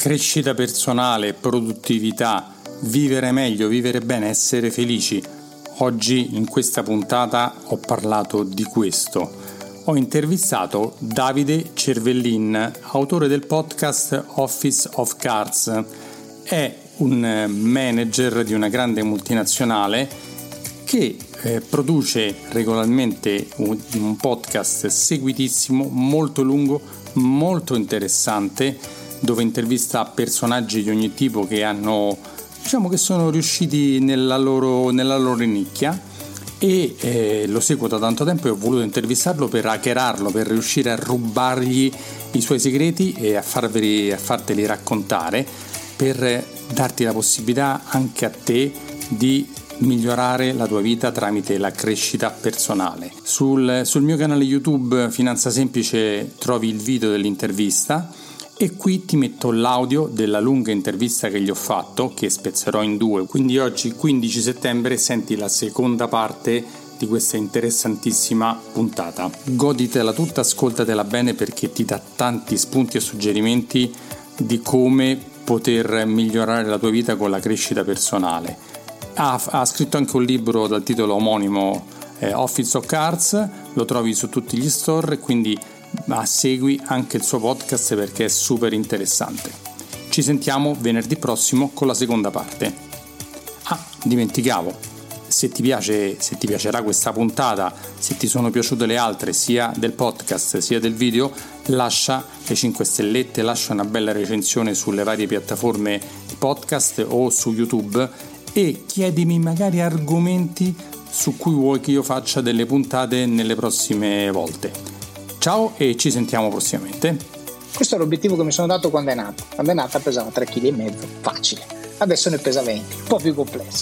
Crescita personale, produttività, vivere meglio, vivere bene, essere felici. Oggi in questa puntata ho parlato di questo. Ho intervistato Davide Cervellin, autore del podcast Office of Cards. È un manager di una grande multinazionale che produce regolarmente un podcast seguitissimo, molto lungo, molto interessante, dove intervista personaggi di ogni tipo che hanno, che sono riusciti nella loro nicchia, e lo seguo da tanto tempo e ho voluto intervistarlo per hackerarlo, per riuscire a rubargli i suoi segreti e a farteli raccontare, per darti la possibilità anche a te di migliorare la tua vita tramite la crescita personale. Sul mio canale YouTube Finanza Semplice trovi il video dell'intervista e qui ti metto l'audio della lunga intervista che gli ho fatto, che spezzerò in due. Quindi oggi, 15 settembre, senti la seconda parte di questa interessantissima puntata. Goditela tutta, ascoltatela bene, perché ti dà tanti spunti e suggerimenti di come poter migliorare la tua vita con la crescita personale. Ha scritto anche un libro dal titolo omonimo, Office of Cards, lo trovi su tutti gli store, quindi segui anche il suo podcast perché è super interessante. Ci sentiamo venerdì prossimo con la seconda parte. Dimenticavo, se ti piacerà questa puntata, se ti sono piaciute le altre, sia del podcast sia del video, lascia le 5 stellette, lascia una bella recensione sulle varie piattaforme podcast o su YouTube e chiedimi magari argomenti su cui vuoi che io faccia delle puntate nelle prossime volte. Ciao e ci sentiamo prossimamente. Questo è l'obiettivo che mi sono dato quando è nato. Quando è nata pesava 3,5 kg, facile. Adesso ne pesa 20, un po' più complesso.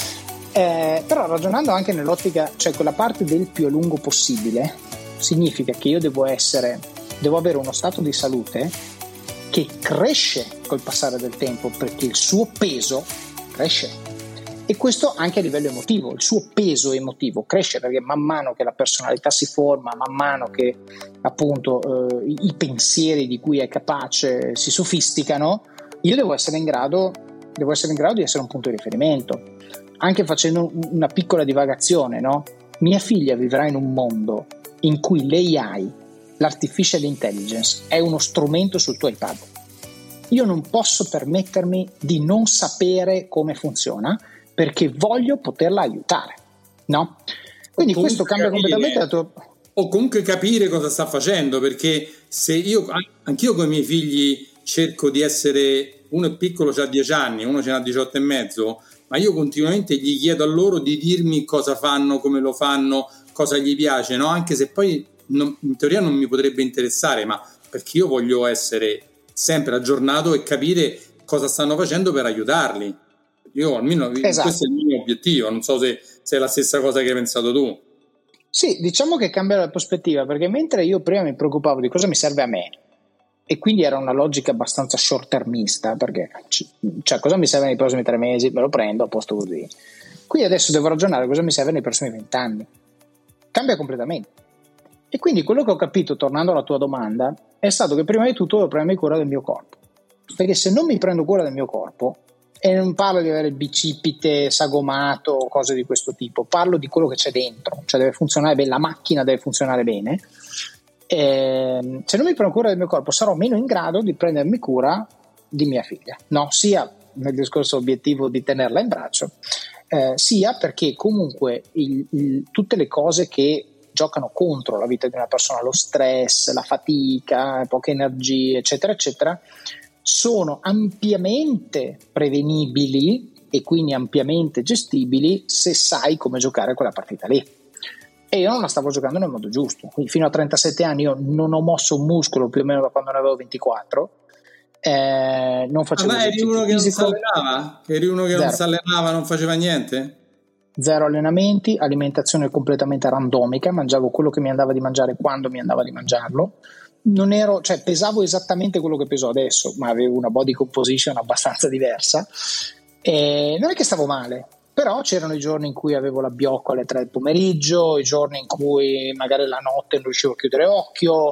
Però ragionando anche nell'ottica, cioè quella parte del più a lungo possibile, significa che io devo avere uno stato di salute che cresce col passare del tempo, perché il suo peso cresce. E questo anche a livello emotivo, il suo peso emotivo cresce, perché man mano che la personalità si forma, man mano che appunto i pensieri di cui è capace si sofisticano, io devo essere in grado di essere un punto di riferimento. Anche facendo una piccola divagazione, no? Mia figlia vivrà in un mondo in cui l'AI, l'artificial intelligence, è uno strumento sul tuo iPad. Io non posso permettermi di non sapere come funziona, perché voglio poterla aiutare, no? Quindi questo cambia completamente la tua... O comunque capire cosa sta facendo, perché se anch'io con i miei figli cerco di essere, uno è piccolo, c'ha 10 anni, uno ce n'ha 18 e mezzo, ma io continuamente gli chiedo a loro di dirmi cosa fanno, come lo fanno, cosa gli piace, no? Anche se poi in teoria non mi potrebbe interessare, ma perché io voglio essere sempre aggiornato e capire cosa stanno facendo per aiutarli. Io almeno Esatto. Questo è il mio obiettivo, non so se è la stessa cosa che hai pensato tu. Sì, diciamo che cambia la prospettiva, perché mentre io prima mi preoccupavo di cosa mi serve a me, e quindi era una logica abbastanza short-termista, perché cioè cosa mi serve nei prossimi 3 mesi, me lo prendo a posto così. Qui adesso devo ragionare cosa mi serve nei prossimi 20 anni. Cambia completamente. E quindi quello che ho capito, tornando alla tua domanda, è stato che prima di tutto devo prendermi cura del mio corpo, perché se non mi prendo cura del mio corpo, e non parlo di avere il bicipite sagomato o cose di questo tipo, parlo di quello che c'è dentro, cioè deve funzionare bene, la macchina deve funzionare bene. Se non mi prendo cura del mio corpo, sarò meno in grado di prendermi cura di mia figlia, no? Sia nel discorso obiettivo di tenerla in braccio, sia perché comunque tutte le cose che giocano contro la vita di una persona, lo stress, la fatica, poche energie, eccetera eccetera, sono ampiamente prevenibili e quindi ampiamente gestibili se sai come giocare quella partita lì. E io non la stavo giocando nel modo giusto, quindi fino a 37 anni io non ho mosso un muscolo più o meno da quando ne avevo 24. Non facevo eri uno che fisico, non si allenava? Eri uno che non si allenava, non faceva niente? 0 allenamenti, alimentazione completamente randomica, mangiavo quello che mi andava di mangiare quando mi andava di mangiarlo. Pesavo esattamente quello che peso adesso, ma avevo una body composition abbastanza diversa, e non è che stavo male, Però c'erano i giorni in cui avevo l'abbiocco alle 3 del pomeriggio, i giorni in cui magari la notte non riuscivo a chiudere occhio,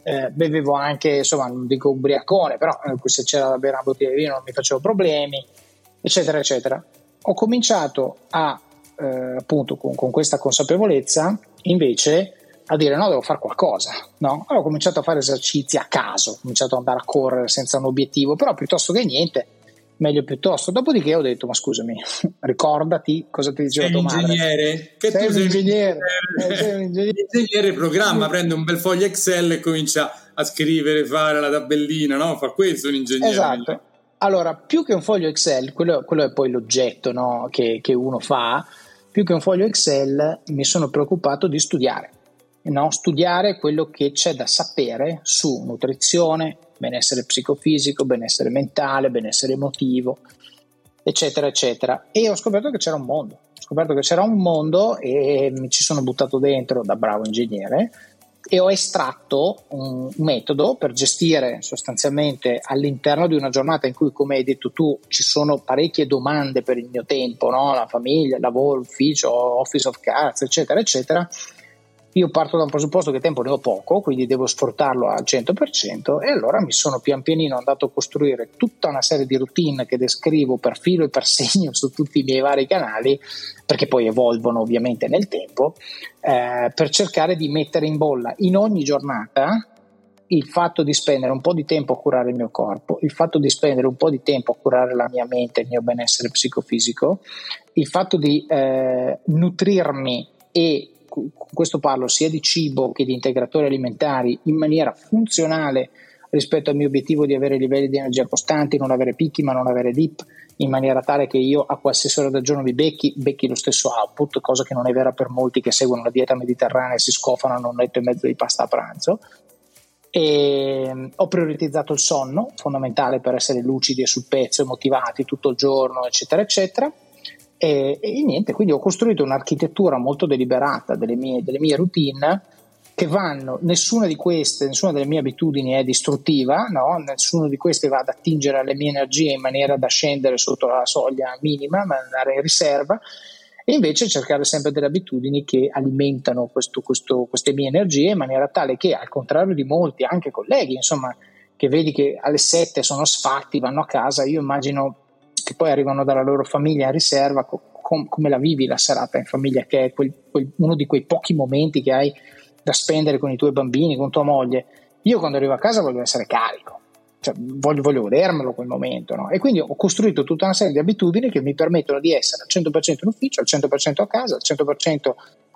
bevevo anche, insomma, non dico ubriacone, però se c'era da bere una bottiglia di vino non mi facevo problemi, eccetera eccetera. Ho cominciato a appunto con questa consapevolezza invece a dire no, devo fare qualcosa, no? Allora ho cominciato a fare esercizi a caso, ho cominciato ad andare a correre senza un obiettivo, però piuttosto che niente, meglio piuttosto. Dopodiché ho detto, ma scusami, ricordati cosa ti diceva tua madre. Ingegnere, che sei tu un ingegnere, sei un ingegnere. L'ingegnere programma, prende un bel foglio Excel e comincia a scrivere, fare la tabellina, no? Fa questo un ingegnere. Esatto. Allora, più che un foglio Excel, quello è poi l'oggetto, no, che uno fa, più che un foglio Excel mi sono preoccupato di studiare. No? Studiare quello che c'è da sapere su nutrizione, benessere psicofisico, benessere mentale, benessere emotivo, eccetera eccetera, e ho scoperto che c'era un mondo e mi ci sono buttato dentro da bravo ingegnere e ho estratto un metodo per gestire sostanzialmente all'interno di una giornata in cui, come hai detto tu, ci sono parecchie domande per il mio tempo, no? La famiglia, il lavoro, l'ufficio, office of cards, eccetera eccetera. Io parto da un presupposto che tempo ne ho poco, quindi devo sfruttarlo al 100%, e allora mi sono pian pianino andato a costruire tutta una serie di routine che descrivo per filo e per segno su tutti i miei vari canali, perché poi evolvono ovviamente nel tempo, per cercare di mettere in bolla in ogni giornata il fatto di spendere un po' di tempo a curare il mio corpo, il fatto di spendere un po' di tempo a curare la mia mente, il mio benessere psicofisico, il fatto di nutrirmi, e con questo parlo sia di cibo che di integratori alimentari, in maniera funzionale rispetto al mio obiettivo di avere livelli di energia costanti, non avere picchi ma non avere dip, in maniera tale che io a qualsiasi ora del giorno mi becchi lo stesso output, cosa che non è vera per molti che seguono la dieta mediterranea e si scofano un letto e mezzo di pasta a pranzo. E ho prioritizzato il sonno, fondamentale per essere lucidi e sul pezzo e motivati tutto il giorno, eccetera eccetera. E niente, quindi ho costruito un'architettura molto deliberata delle mie routine, che vanno, nessuna delle mie abitudini è distruttiva, no? Nessuna di queste va ad attingere alle mie energie in maniera da scendere sotto la soglia minima, ma andare in riserva, e invece cercare sempre delle abitudini che alimentano queste mie energie, in maniera tale che, al contrario di molti anche colleghi, insomma, che vedi che alle 7 sono sfatti, vanno a casa, io immagino che poi arrivano dalla loro famiglia in riserva, come la vivi la serata in famiglia, che è uno di quei pochi momenti che hai da spendere con i tuoi bambini, con tua moglie. Io quando arrivo a casa voglio essere carico, cioè voglio godermelo quel momento, no? E quindi ho costruito tutta una serie di abitudini che mi permettono di essere al 100% in ufficio, al 100% a casa, al 100%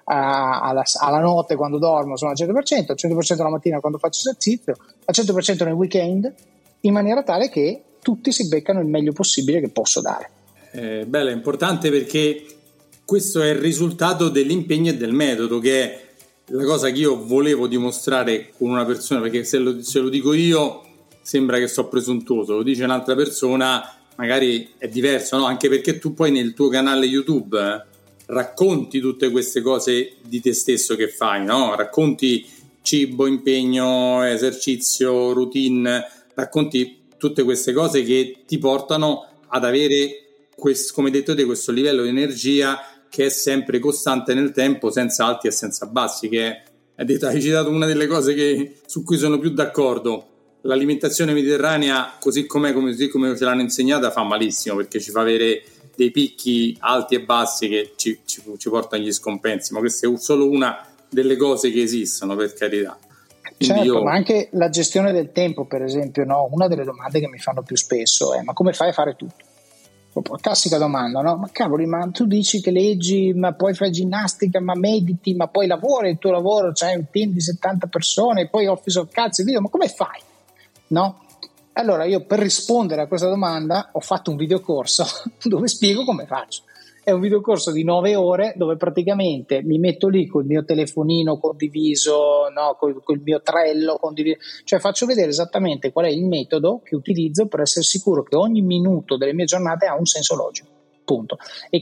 alla notte quando dormo sono al 100%, al 100% la mattina quando faccio esercizio, al 100% nel weekend, in maniera tale che tutti si beccano il meglio possibile che posso dare. Bello, è importante, perché questo è il risultato dell'impegno e del metodo, che è la cosa che io volevo dimostrare con una persona, perché se lo dico io sembra che sto presuntuoso, lo dice un'altra persona magari è diverso, no? Anche perché tu poi nel tuo canale YouTube racconti tutte queste cose di te stesso che fai, no? Racconti cibo, impegno, esercizio, routine, racconti tutte queste cose che ti portano ad avere come hai detto te, questo livello di energia che è sempre costante nel tempo, senza alti e senza bassi, che hai citato una delle cose su cui sono più d'accordo. L'alimentazione mediterranea, così come ce l'hanno insegnata, fa malissimo, perché ci fa avere dei picchi alti e bassi che ci portano agli scompensi, ma questa è solo una delle cose che esistono, per carità. Certo, ma anche la gestione del tempo, per esempio, no? Una delle domande che mi fanno più spesso è: ma come fai a fare tutto? Classica domanda, no? Ma cavoli, ma tu dici che leggi, ma poi fai ginnastica, ma mediti, ma poi lavori, il tuo lavoro, c'hai un team di 70 persone, poi office of cazzo, video, ma come fai? No? Allora io, per rispondere a questa domanda, ho fatto un videocorso dove spiego come faccio. È un videocorso di 9 ore dove praticamente mi metto lì col mio telefonino condiviso, no, col mio Trello condiviso, cioè faccio vedere esattamente qual è il metodo che utilizzo per essere sicuro che ogni minuto delle mie giornate ha un senso logico, punto. E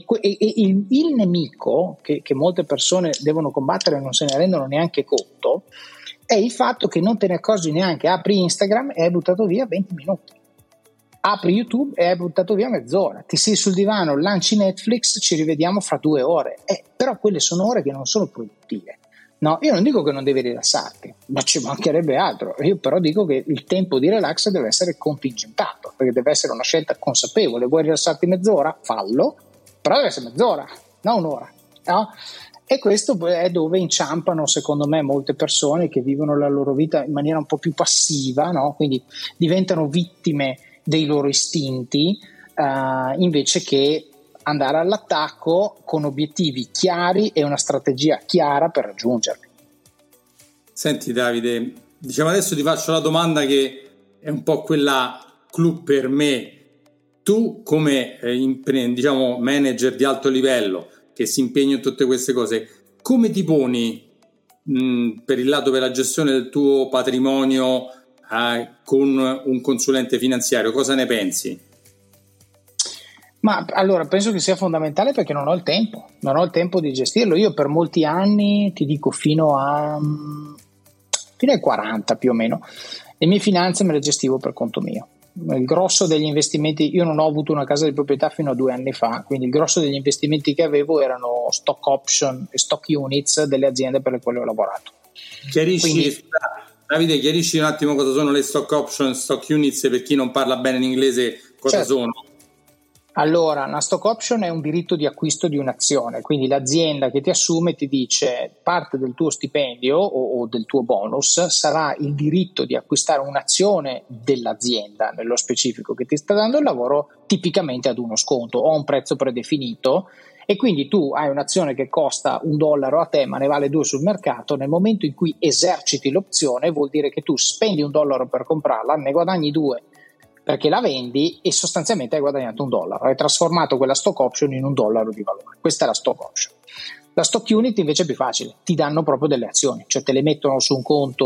il nemico che molte persone devono combattere e non se ne rendono neanche conto è il fatto che non te ne accorgi neanche. Apri Instagram e hai buttato via 20 minuti. Apri YouTube e hai buttato via mezz'ora, ti sei sul divano, lanci Netflix, ci rivediamo fra 2 ore, però quelle sono ore che non sono produttive, No, io non dico che non devi rilassarti, ma ci mancherebbe altro. Io però dico che il tempo di relax deve essere contingentato, perché deve essere una scelta consapevole. Vuoi rilassarti mezz'ora? Fallo, però deve essere mezz'ora, non un'ora, no? E questo è dove inciampano, secondo me, molte persone che vivono la loro vita in maniera un po' più passiva, no? Quindi diventano vittime dei loro istinti, invece che andare all'attacco con obiettivi chiari e una strategia chiara per raggiungerli. Senti Davide, diciamo adesso ti faccio la domanda che è un po' quella clou per me. Tu come diciamo manager di alto livello che si impegna in tutte queste cose, come ti poni per il lato della gestione del tuo patrimonio con un consulente finanziario? Cosa ne pensi? Ma allora penso che sia fondamentale perché non ho il tempo di gestirlo. Io per molti anni, ti dico fino ai 40 più o meno, le mie finanze me le gestivo per conto mio. Il grosso degli investimenti, io non ho avuto una casa di proprietà fino a 2 anni fa, quindi il grosso degli investimenti che avevo erano stock option e stock units delle aziende per le quali ho lavorato. Davide, chiarisci un attimo cosa sono le stock option, stock units, per chi non parla bene in inglese, cosa sono? Allora, una stock option è un diritto di acquisto di un'azione, quindi l'azienda che ti assume ti dice parte del tuo stipendio o del tuo bonus sarà il diritto di acquistare un'azione dell'azienda, nello specifico che ti sta dando il lavoro, tipicamente ad uno sconto o a un prezzo predefinito, e quindi tu hai un'azione che costa $1 a te ma ne vale 2 sul mercato. Nel momento in cui eserciti l'opzione vuol dire che tu spendi $1 per comprarla, ne guadagni 2 perché la vendi e sostanzialmente hai guadagnato $1, hai trasformato quella stock option in $1 di valore. Questa è la stock option. La stock unit invece è più facile, ti danno proprio delle azioni, cioè te le mettono su un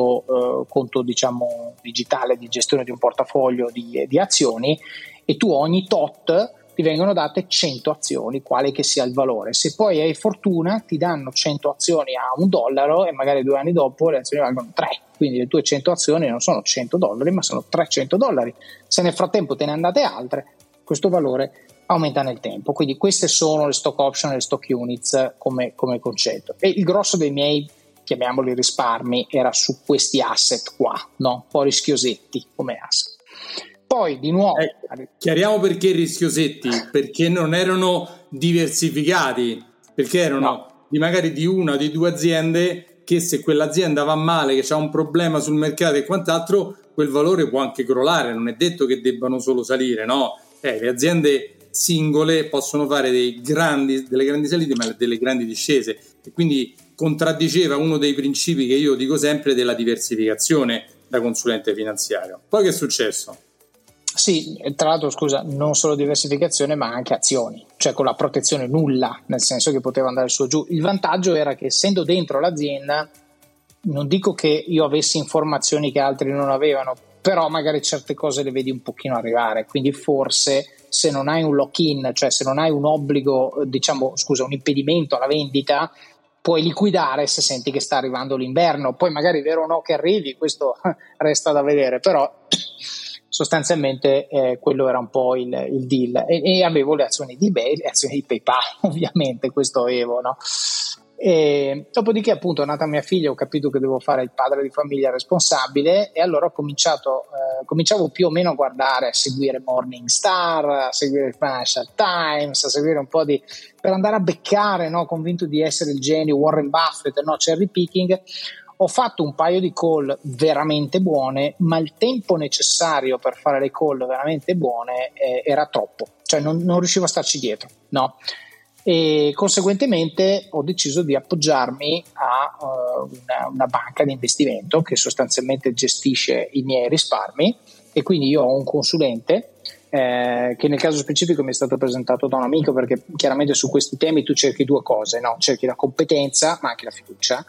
conto diciamo digitale di gestione di un portafoglio di azioni, e tu ogni tot ti vengono date 100 azioni, quale che sia il valore. Se poi hai fortuna ti danno 100 azioni a $1 e magari 2 anni dopo le azioni valgono 3, quindi le tue 100 azioni non sono $100 ma sono $300. Se nel frattempo te ne andate altre, questo valore aumenta nel tempo. Quindi queste sono le stock option e le stock units come concetto, e il grosso dei miei, chiamiamoli risparmi, era su questi asset qua, no? Un po' rischiosetti come asset. Poi di nuovo chiariamo perché rischiosetti, perché non erano diversificati, perché erano magari di una o di 2 aziende che, se quell'azienda va male, che c'ha un problema sul mercato e quant'altro, quel valore può anche crollare, non è detto che debbano solo salire, no? Le aziende singole possono fare delle grandi salite ma delle grandi discese, e quindi contraddiceva uno dei principi che io dico sempre della diversificazione da consulente finanziario. Poi che è successo? Sì, tra l'altro scusa, non solo diversificazione ma anche azioni, cioè con la protezione nulla, nel senso che poteva andare su o giù. Il vantaggio era che, essendo dentro l'azienda, non dico che io avessi informazioni che altri non avevano, però magari certe cose le vedi un pochino arrivare, quindi forse se non hai un lock-in, cioè se non hai un obbligo, un impedimento alla vendita, puoi liquidare se senti che sta arrivando l'inverno. Poi magari è vero o no che arrivi, questo resta da vedere, però sostanzialmente quello era un po' il deal, e avevo le azioni di eBay, le azioni di PayPal, ovviamente, questo avevo, no? E dopodiché appunto è nata mia figlia, ho capito che devo fare il padre di famiglia responsabile, e allora cominciavo più o meno a guardare, a seguire Morningstar, a seguire il Financial Times, a seguire un po' per andare a beccare, no? Convinto di essere il genio Warren Buffett, no? Cherry picking. Ho fatto un paio di call veramente buone, ma il tempo necessario per fare le call veramente buone era troppo, cioè non riuscivo a starci dietro, no? E conseguentemente ho deciso di appoggiarmi a una banca di investimento che sostanzialmente gestisce i miei risparmi, e quindi io ho un consulente che nel caso specifico mi è stato presentato da un amico, perché chiaramente su questi temi tu cerchi 2 cose, no? Cerchi la competenza ma anche la fiducia.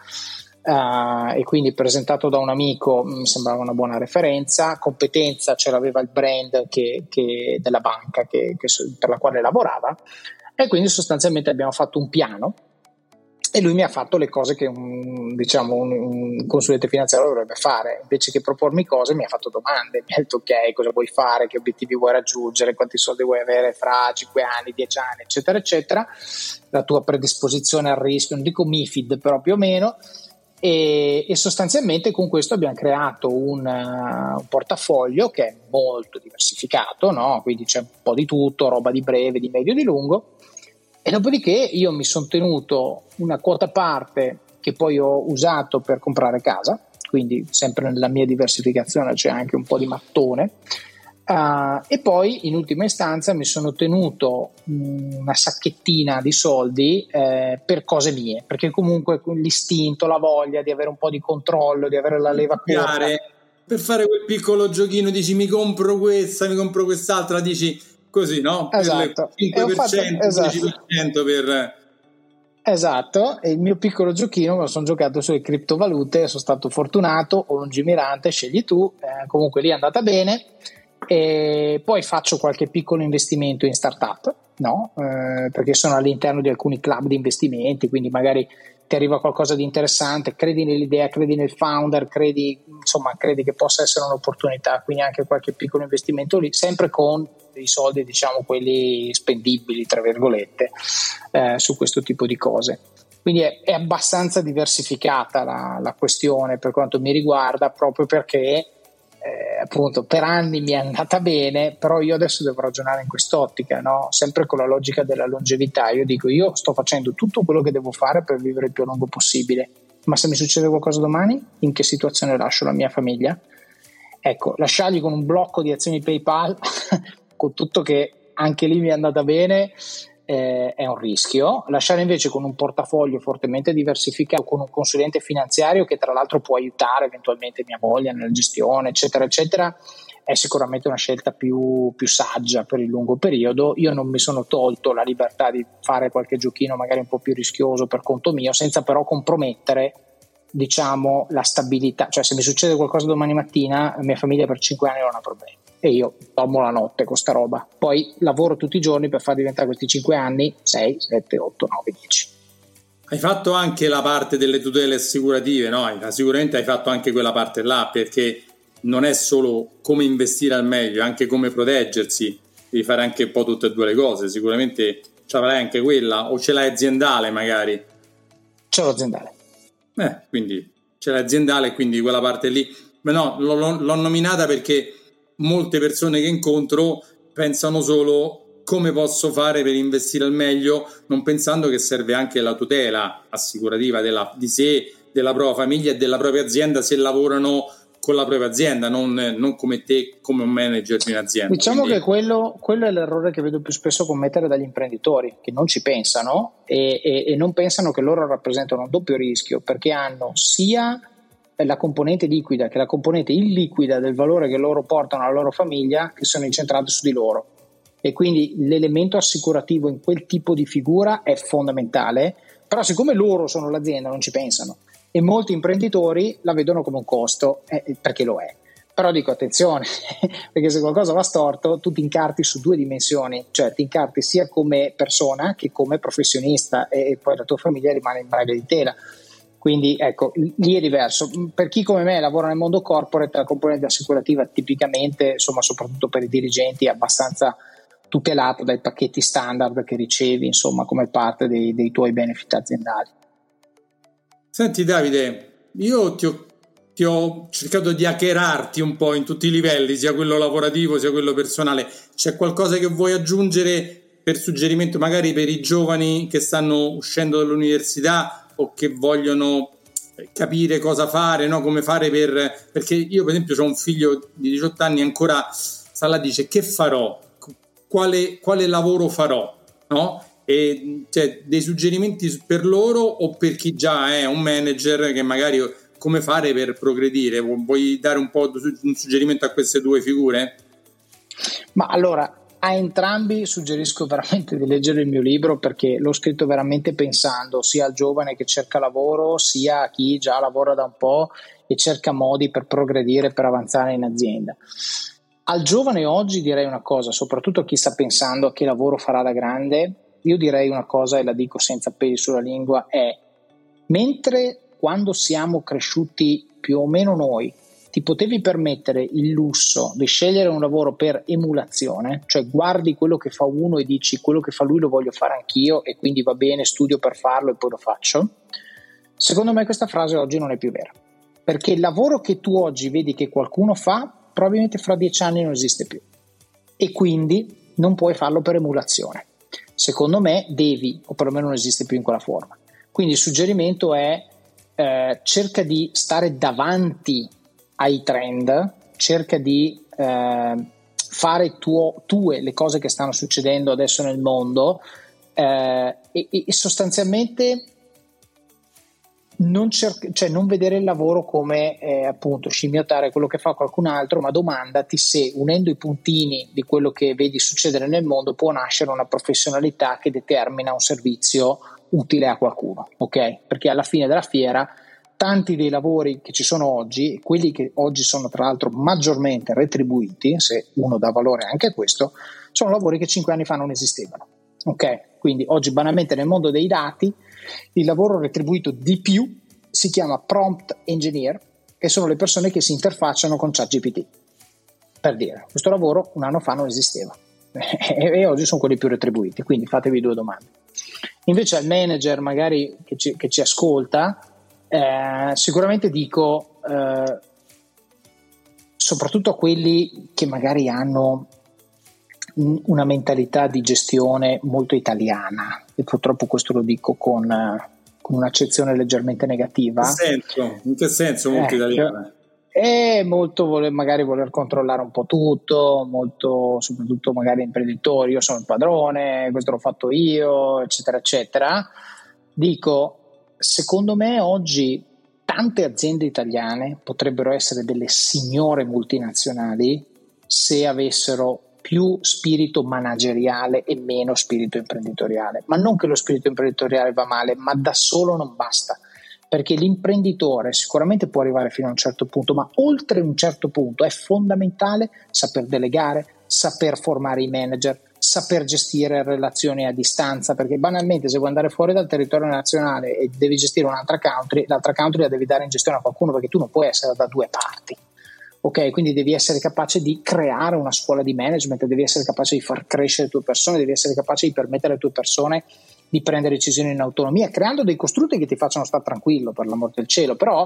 E quindi, presentato da un amico, mi sembrava una buona referenza. Competenza ce l'aveva il brand della banca per la quale lavorava, e quindi sostanzialmente abbiamo fatto un piano, e lui mi ha fatto le cose che un consulente finanziario dovrebbe fare. Invece che propormi cose, mi ha fatto domande, mi ha detto: ok, cosa vuoi fare, che obiettivi vuoi raggiungere, quanti soldi vuoi avere fra 5 anni, 10 anni, eccetera eccetera, la tua predisposizione al rischio, non dico MiFID però più o meno. e sostanzialmente con questo abbiamo creato un portafoglio che è molto diversificato, no? Quindi c'è un po' di tutto, roba di breve, di medio, di lungo, e dopodiché io mi sono tenuto una quota parte che poi ho usato per comprare casa, quindi sempre nella mia diversificazione c'è anche un po' di mattone. E poi in ultima istanza mi sono tenuto una sacchettina di soldi per cose mie, perché comunque l'istinto, la voglia di avere un po' di controllo, di avere la leva corta, per fare quel piccolo giochino, dici mi compro questa, mi compro quest'altra, dici così, no? Esatto. Per il 5%, esatto. 10% per... Esatto, e il mio piccolo giochino me lo sono giocato sulle criptovalute, sono stato fortunato o lungimirante, scegli tu, comunque lì è andata bene. E poi faccio qualche piccolo investimento in startup, no? Perché sono all'interno di alcuni club di investimenti, quindi magari ti arriva qualcosa di interessante, credi nell'idea, credi nel founder, credi che possa essere un'opportunità, quindi anche qualche piccolo investimento lì, sempre con dei soldi, diciamo quelli spendibili tra virgolette, su questo tipo di cose. Quindi è abbastanza diversificata la questione per quanto mi riguarda, proprio perché appunto per anni mi è andata bene, però io adesso devo ragionare in quest'ottica, no? Sempre con la logica della longevità. Io dico, io sto facendo tutto quello che devo fare per vivere il più a lungo possibile, ma se mi succede qualcosa domani, in che situazione lascio la mia famiglia? Ecco, lasciargli con un blocco di azioni PayPal con tutto che anche lì mi è andata bene, è un rischio. Lasciare invece con un portafoglio fortemente diversificato, con un consulente finanziario che tra l'altro può aiutare eventualmente mia moglie nella gestione, eccetera eccetera, è sicuramente una scelta più saggia per il lungo periodo. Io non mi sono tolto la libertà di fare qualche giochino magari un po' più rischioso per conto mio, senza però compromettere, diciamo, la stabilità. Cioè, se mi succede qualcosa domani mattina, la mia famiglia per 5 anni non ha problemi e io dormo la notte con sta roba, poi lavoro tutti i giorni per far diventare questi 5 anni 6, 7, 8, 9, 10. Hai fatto anche la parte delle tutele assicurative, no? Sicuramente hai fatto anche quella parte là, perché non è solo come investire al meglio, è anche come proteggersi, devi fare anche un po' tutte e due le cose. Sicuramente ce l'hai anche quella, o ce l'hai aziendale magari? Ce l'ho aziendale. Quindi ce l'hai aziendale, quindi quella parte lì. Ma no, l'ho nominata perché molte persone che incontro pensano solo come posso fare per investire al meglio, non pensando che serve anche la tutela assicurativa di sé, della propria famiglia e della propria azienda se lavorano con la propria azienda, non come te, come un manager di un'azienda. Diciamo quindi... che quello è l'errore che vedo più spesso commettere dagli imprenditori, che non ci pensano e non pensano che loro rappresentano un doppio rischio, perché hanno sia la componente liquida che la componente illiquida del valore che loro portano alla loro famiglia, che sono incentrate su di loro, e quindi l'elemento assicurativo in quel tipo di figura è fondamentale, però siccome loro sono l'azienda non ci pensano e molti imprenditori la vedono come un costo, perché lo è. Però dico attenzione, perché se qualcosa va storto tu ti incarti su due dimensioni, cioè ti incarti sia come persona che come professionista e poi la tua famiglia rimane in braghe di tela. Quindi ecco, lì è diverso. Per chi come me lavora nel mondo corporate, la componente assicurativa tipicamente, insomma, soprattutto per i dirigenti, è abbastanza tutelata dai pacchetti standard che ricevi, insomma, come parte dei tuoi benefit aziendali. Senti Davide, io ti ho cercato di hackerarti un po' in tutti i livelli, sia quello lavorativo sia quello personale. C'è qualcosa che vuoi aggiungere per suggerimento magari per i giovani che stanno uscendo dall'università o che vogliono capire cosa fare, no? Come fare perché io per esempio ho un figlio di 18 anni ancora sta là, dice che farò, quale lavoro farò, no? E cioè, dei suggerimenti per loro o per chi già è un manager che magari come fare per progredire? Vuoi dare un po' un suggerimento a queste due figure? Ma allora, a entrambi suggerisco veramente di leggere il mio libro, perché l'ho scritto veramente pensando sia al giovane che cerca lavoro, sia a chi già lavora da un po' e cerca modi per progredire, per avanzare in azienda. Al giovane oggi direi una cosa, soprattutto a chi sta pensando a che lavoro farà da grande, io direi una cosa e la dico senza peli sulla lingua, è: mentre quando siamo cresciuti più o meno noi ti potevi permettere il lusso di scegliere un lavoro per emulazione, cioè guardi quello che fa uno e dici quello che fa lui lo voglio fare anch'io e quindi va bene, studio per farlo e poi lo faccio. Secondo me questa frase oggi non è più vera, perché il lavoro che tu oggi vedi che qualcuno fa probabilmente fra 10 anni non esiste più e quindi non puoi farlo per emulazione. Secondo me devi, o perlomeno non esiste più in quella forma. Quindi il suggerimento è cerca di stare davanti ai trend, cerca di fare tue le cose che stanno succedendo adesso nel mondo e sostanzialmente non vedere il lavoro come appunto scimmiottare quello che fa qualcun altro, ma domandati se unendo i puntini di quello che vedi succedere nel mondo può nascere una professionalità che determina un servizio utile a qualcuno, ok? Perché alla fine della fiera tanti dei lavori che ci sono oggi, quelli che oggi sono tra l'altro maggiormente retribuiti, se uno dà valore anche a questo, sono lavori che 5 anni fa non esistevano, ok? Quindi oggi banalmente nel mondo dei dati il lavoro retribuito di più si chiama prompt engineer e sono le persone che si interfacciano con ChatGPT. Per dire, questo lavoro un anno fa non esisteva e oggi sono quelli più retribuiti, quindi fatevi 2 domande. Invece al manager magari che ci ascolta, sicuramente dico soprattutto a quelli che magari hanno una mentalità di gestione molto italiana, e purtroppo questo lo dico con un'accezione leggermente negativa. In che senso molto italiana? È molto magari voler controllare un po' tutto, molto, soprattutto magari imprenditori, io sono il padrone, questo l'ho fatto io, eccetera eccetera. Dico, secondo me oggi tante aziende italiane potrebbero essere delle signore multinazionali se avessero più spirito manageriale e meno spirito imprenditoriale. Ma non che lo spirito imprenditoriale va male, ma da solo non basta, perché l'imprenditore sicuramente può arrivare fino a un certo punto, ma oltre un certo punto è fondamentale saper delegare, saper formare i manager, saper gestire relazioni a distanza, perché banalmente se vuoi andare fuori dal territorio nazionale e devi gestire un'altra country, l'altra country la devi dare in gestione a qualcuno, perché tu non puoi essere da 2 parti. Ok, quindi devi essere capace di creare una scuola di management, devi essere capace di far crescere le tue persone, devi essere capace di permettere alle tue persone di prendere decisioni in autonomia, creando dei costrutti che ti facciano stare tranquillo, per l'amor del cielo, però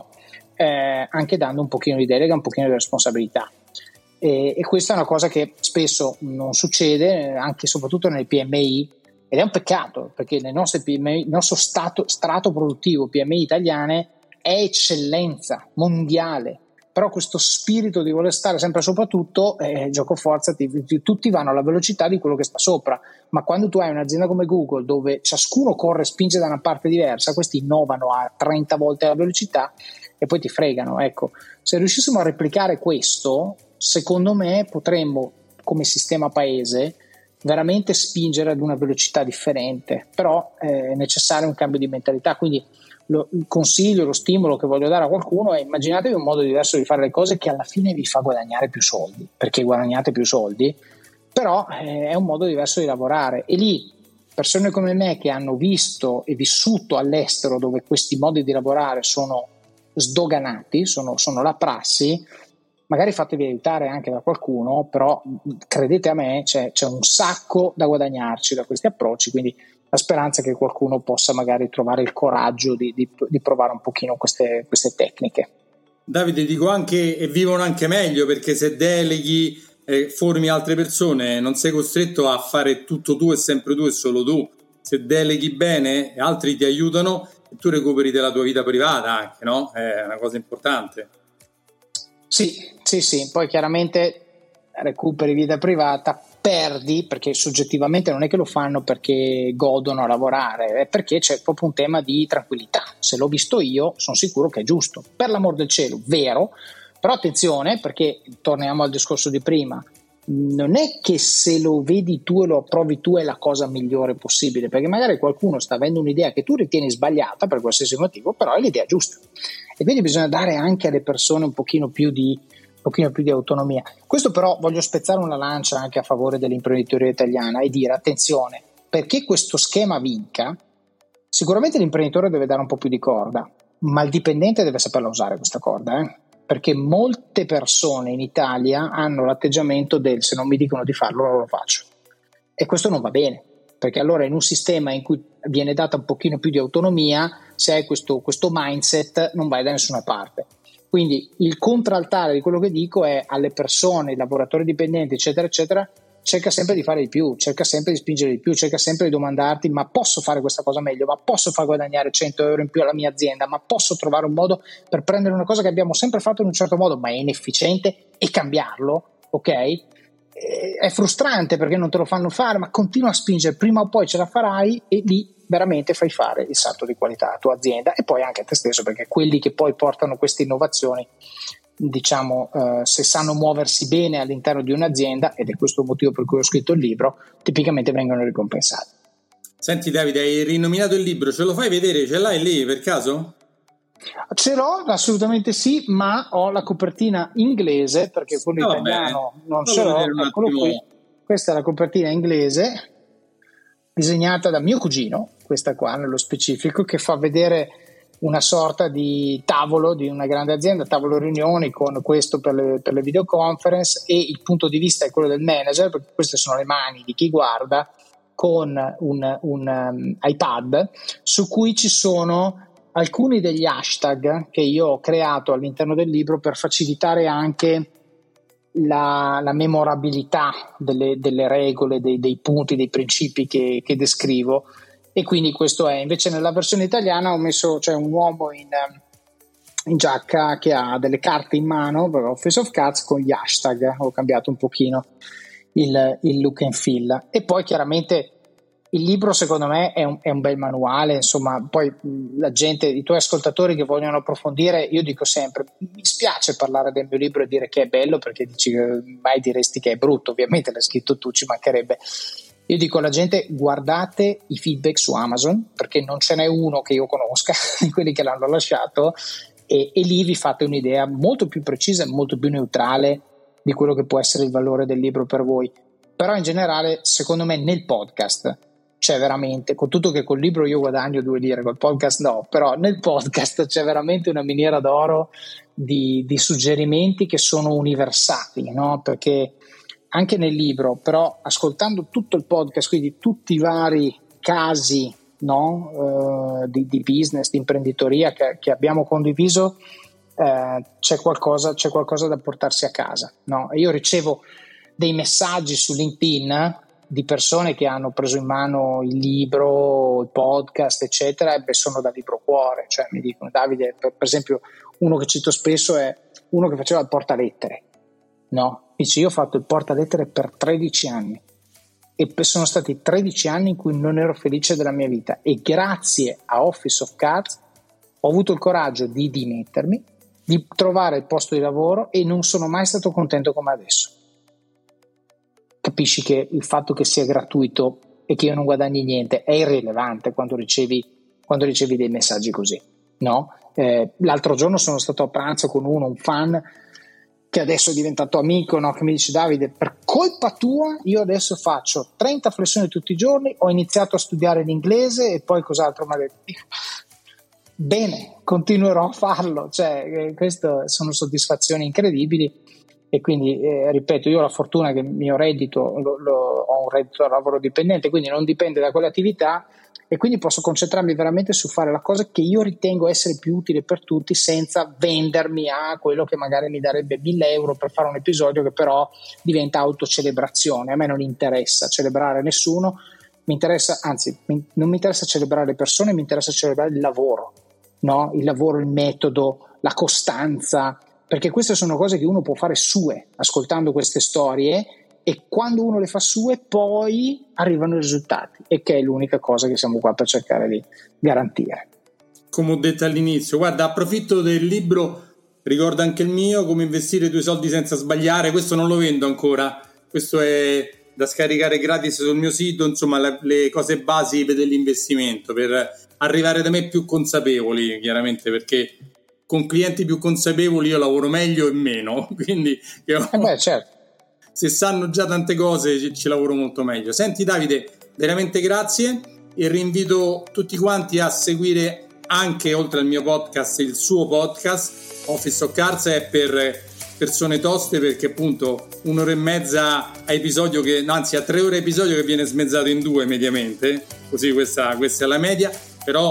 anche dando un pochino di delega, un pochino di responsabilità. E questa è una cosa che spesso non succede, anche e soprattutto nelle PMI, ed è un peccato, perché nel nostro PMI, il nostro strato produttivo PMI italiane è eccellenza mondiale. Però questo spirito di voler stare sempre soprattutto, gioco forza, tutti vanno alla velocità di quello che sta sopra, ma quando tu hai un'azienda come Google dove ciascuno corre e spinge da una parte diversa, questi innovano a 30 volte la velocità e poi ti fregano. Ecco, se riuscissimo a replicare questo, secondo me potremmo come sistema paese veramente spingere ad una velocità differente, però è necessario un cambio di mentalità, quindi il consiglio, lo stimolo che voglio dare a qualcuno è: immaginatevi un modo diverso di fare le cose che alla fine vi fa guadagnare più soldi, perché guadagnate più soldi, però è un modo diverso di lavorare, e lì persone come me che hanno visto e vissuto all'estero dove questi modi di lavorare sono sdoganati, sono la prassi, magari fatevi aiutare anche da qualcuno, però credete a me, c'è un sacco da guadagnarci da questi approcci, quindi la speranza è che qualcuno possa magari trovare il coraggio di provare un pochino queste tecniche. Davide, dico anche, e vivono anche meglio, perché se deleghi, formi altre persone, non sei costretto a fare tutto tu e sempre tu e solo tu. Se deleghi bene, altri ti aiutano e tu recuperi della tua vita privata anche, no? È una cosa importante. Sì, poi chiaramente recuperi vita privata, perdi, perché soggettivamente non è che lo fanno perché godono a lavorare, è perché c'è proprio un tema di tranquillità. Se l'ho visto io, sono sicuro che è giusto, per l'amor del cielo, vero, però attenzione, perché torniamo al discorso di prima, non è che se lo vedi tu e lo approvi tu è la cosa migliore possibile, perché magari qualcuno sta avendo un'idea che tu ritieni sbagliata per qualsiasi motivo, però è l'idea giusta, e quindi bisogna dare anche alle persone un pochino più di autonomia. Questo però voglio spezzare una lancia anche a favore dell'imprenditoria italiana e dire: attenzione, perché questo schema vinca, sicuramente l'imprenditore deve dare un po' più di corda, ma il dipendente deve saperla usare questa corda, perché molte persone in Italia hanno l'atteggiamento del: se non mi dicono di farlo non lo faccio, e questo non va bene, perché allora in un sistema in cui viene data un pochino più di autonomia se hai questo mindset non vai da nessuna parte. Quindi il contraltare di quello che dico è alle persone, ai lavoratori dipendenti, eccetera, eccetera, cerca sempre di fare di più, cerca sempre di spingere di più, cerca sempre di domandarti: ma posso fare questa cosa meglio? Ma posso far guadagnare 100 euro in più alla mia azienda? Ma posso trovare un modo per prendere una cosa che abbiamo sempre fatto in un certo modo ma è inefficiente e cambiarlo? Ok? È frustrante perché non te lo fanno fare, ma continua a spingere, prima o poi ce la farai e lì veramente fai fare il salto di qualità alla tua azienda e poi anche a te stesso, perché quelli che poi portano queste innovazioni, diciamo, se sanno muoversi bene all'interno di un'azienda, ed è questo il motivo per cui ho scritto il libro, tipicamente vengono ricompensati. Senti Davide, hai rinominato il libro, ce lo fai vedere? Ce l'hai lì per caso? Ce l'ho, assolutamente sì, ma ho la copertina inglese perché quello italiano non ce l'ho. Eccolo qui. Questa è la copertina inglese disegnata da mio cugino, questa qua nello specifico, che fa vedere una sorta di tavolo di una grande azienda, tavolo riunioni con questo per le videoconference, e il punto di vista è quello del manager, perché queste sono le mani di chi guarda, con un iPad su cui ci sono alcuni degli hashtag che io ho creato all'interno del libro per facilitare anche la memorabilità delle regole, dei punti, dei principi che descrivo. E quindi questo è, invece nella versione italiana ho messo, c'è un uomo in giacca che ha delle carte in mano, Office of Cards, con gli hashtag. Ho cambiato un pochino il look and feel. E poi chiaramente il libro secondo me è un bel manuale, insomma. Poi la gente, i tuoi ascoltatori che vogliono approfondire, io dico sempre, mi spiace parlare del mio libro e dire che è bello, perché dici che mai diresti che è brutto, ovviamente l'hai scritto tu, ci mancherebbe. Io dico alla gente: guardate i feedback su Amazon, perché non ce n'è uno che io conosca di quelli che l'hanno lasciato, e lì vi fate un'idea molto più precisa e molto più neutrale di quello che può essere il valore del libro per voi. Però in generale, secondo me, nel podcast c'è veramente, con tutto che col libro io guadagno 2 lire, col podcast no, però nel podcast c'è veramente una miniera d'oro di suggerimenti che sono universali, no? Perché anche nel libro, però ascoltando tutto il podcast, quindi tutti i vari casi, no? Di business, di imprenditoria che abbiamo condiviso, c'è qualcosa da portarsi a casa, no? E io ricevo dei messaggi su LinkedIn di persone che hanno preso in mano il libro, il podcast, eccetera, e sono da libro cuore. Cioè mi dicono: Davide, per esempio, uno che cito spesso è uno che faceva il portalettere, no? Dice: io ho fatto il portalettere per 13 anni e sono stati 13 anni in cui non ero felice della mia vita, e grazie a Office of Cards ho avuto il coraggio di dimettermi, di trovare il posto di lavoro, e non sono mai stato contento come adesso. Capisci che il fatto che sia gratuito e che io non guadagni niente è irrilevante quando ricevi dei messaggi così, no? L'altro giorno sono stato a pranzo con un fan che adesso è diventato amico, no? Che mi dice: Davide, per colpa tua io adesso faccio 30 flessioni tutti i giorni, ho iniziato a studiare l'inglese, e poi cos'altro mi ha detto? Bene, continuerò a farlo. Cioè, queste sono soddisfazioni incredibili. E quindi ripeto, io ho la fortuna che il mio reddito ho un reddito da lavoro dipendente, quindi non dipende da quell'attività, e quindi posso concentrarmi veramente su fare la cosa che io ritengo essere più utile per tutti, senza vendermi a quello che magari mi darebbe 1.000 euro per fare un episodio, che però diventa autocelebrazione. A me non interessa celebrare nessuno, mi interessa, anzi non mi interessa celebrare le persone, mi interessa celebrare il lavoro, no? Il lavoro, il metodo, la costanza, perché queste sono cose che uno può fare sue ascoltando queste storie, e quando uno le fa sue poi arrivano i risultati, e che è l'unica cosa che siamo qua per cercare di garantire. Come ho detto all'inizio, guarda, approfitto del libro, ricordo anche il mio, Come investire i tuoi soldi senza sbagliare. Questo non lo vendo ancora, questo è da scaricare gratis sul mio sito, insomma le cose basi dell'investimento, per arrivare da me più consapevoli, chiaramente, perché con clienti più consapevoli io lavoro meglio e meno, quindi certo. Se sanno già tante cose ci lavoro molto meglio. Senti Davide, veramente grazie, e rinvito tutti quanti a seguire anche, oltre al mio podcast, il suo podcast. Office of Cards è per persone toste, perché appunto 1 ora e mezza a episodio, a 3 ore episodio, che viene smezzato in 2 mediamente, così questa è la media. Però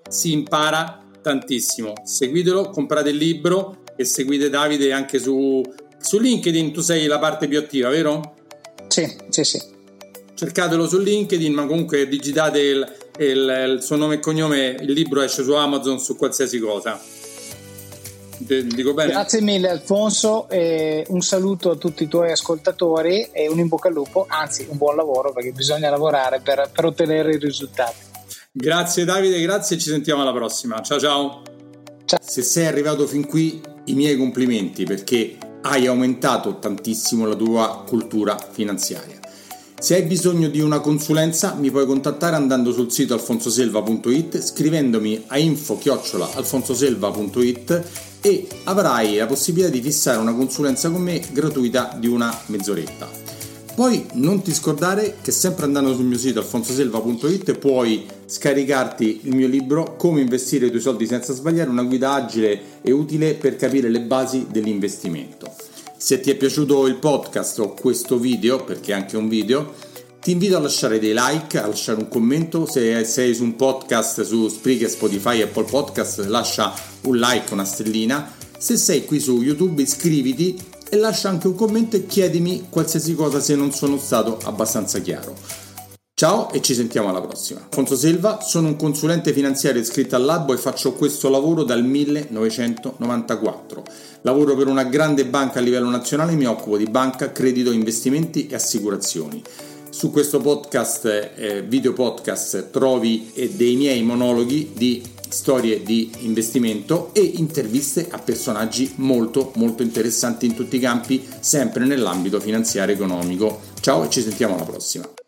si impara tantissimo. Seguitelo, comprate il libro e seguite Davide anche su LinkedIn. Tu sei la parte più attiva, vero? Sì. Cercatelo su LinkedIn, ma comunque digitate il suo nome e cognome, il libro esce su Amazon, su qualsiasi cosa. Dico bene? Grazie mille Alfonso, un saluto a tutti i tuoi ascoltatori e un in bocca al lupo, anzi un buon lavoro, perché bisogna lavorare per ottenere i risultati. Grazie Davide, grazie e ci sentiamo alla prossima. Ciao. Se sei arrivato fin qui, i miei complimenti, perché hai aumentato tantissimo la tua cultura finanziaria. Se hai bisogno di una consulenza mi puoi contattare andando sul sito alfonsoselva.it, scrivendomi a info@alfonsoselva.it e avrai la possibilità di fissare una consulenza con me gratuita di una mezz'oretta. Poi non ti scordare che sempre andando sul mio sito alfonsoselva.it puoi scaricarti il mio libro Come investire i tuoi soldi senza sbagliare, una guida agile e utile per capire le basi dell'investimento. Se ti è piaciuto il podcast o questo video, perché è anche un video, ti invito a lasciare dei like, a lasciare un commento. Se sei su un podcast su Spreaker, Spotify, Apple Podcast, lascia un like, una stellina. Se sei qui su YouTube, iscriviti e lascia anche un commento e chiedimi qualsiasi cosa se non sono stato abbastanza chiaro. Ciao e ci sentiamo alla prossima. Alfonso Selva, sono un consulente finanziario iscritto all'albo e faccio questo lavoro dal 1994. Lavoro per una grande banca a livello nazionale e mi occupo di banca, credito, investimenti e assicurazioni. Su questo podcast, video podcast, trovi dei miei monologhi di storie di investimento e interviste a personaggi molto interessanti in tutti i campi, sempre nell'ambito finanziario e economico. Ciao e ci sentiamo alla prossima.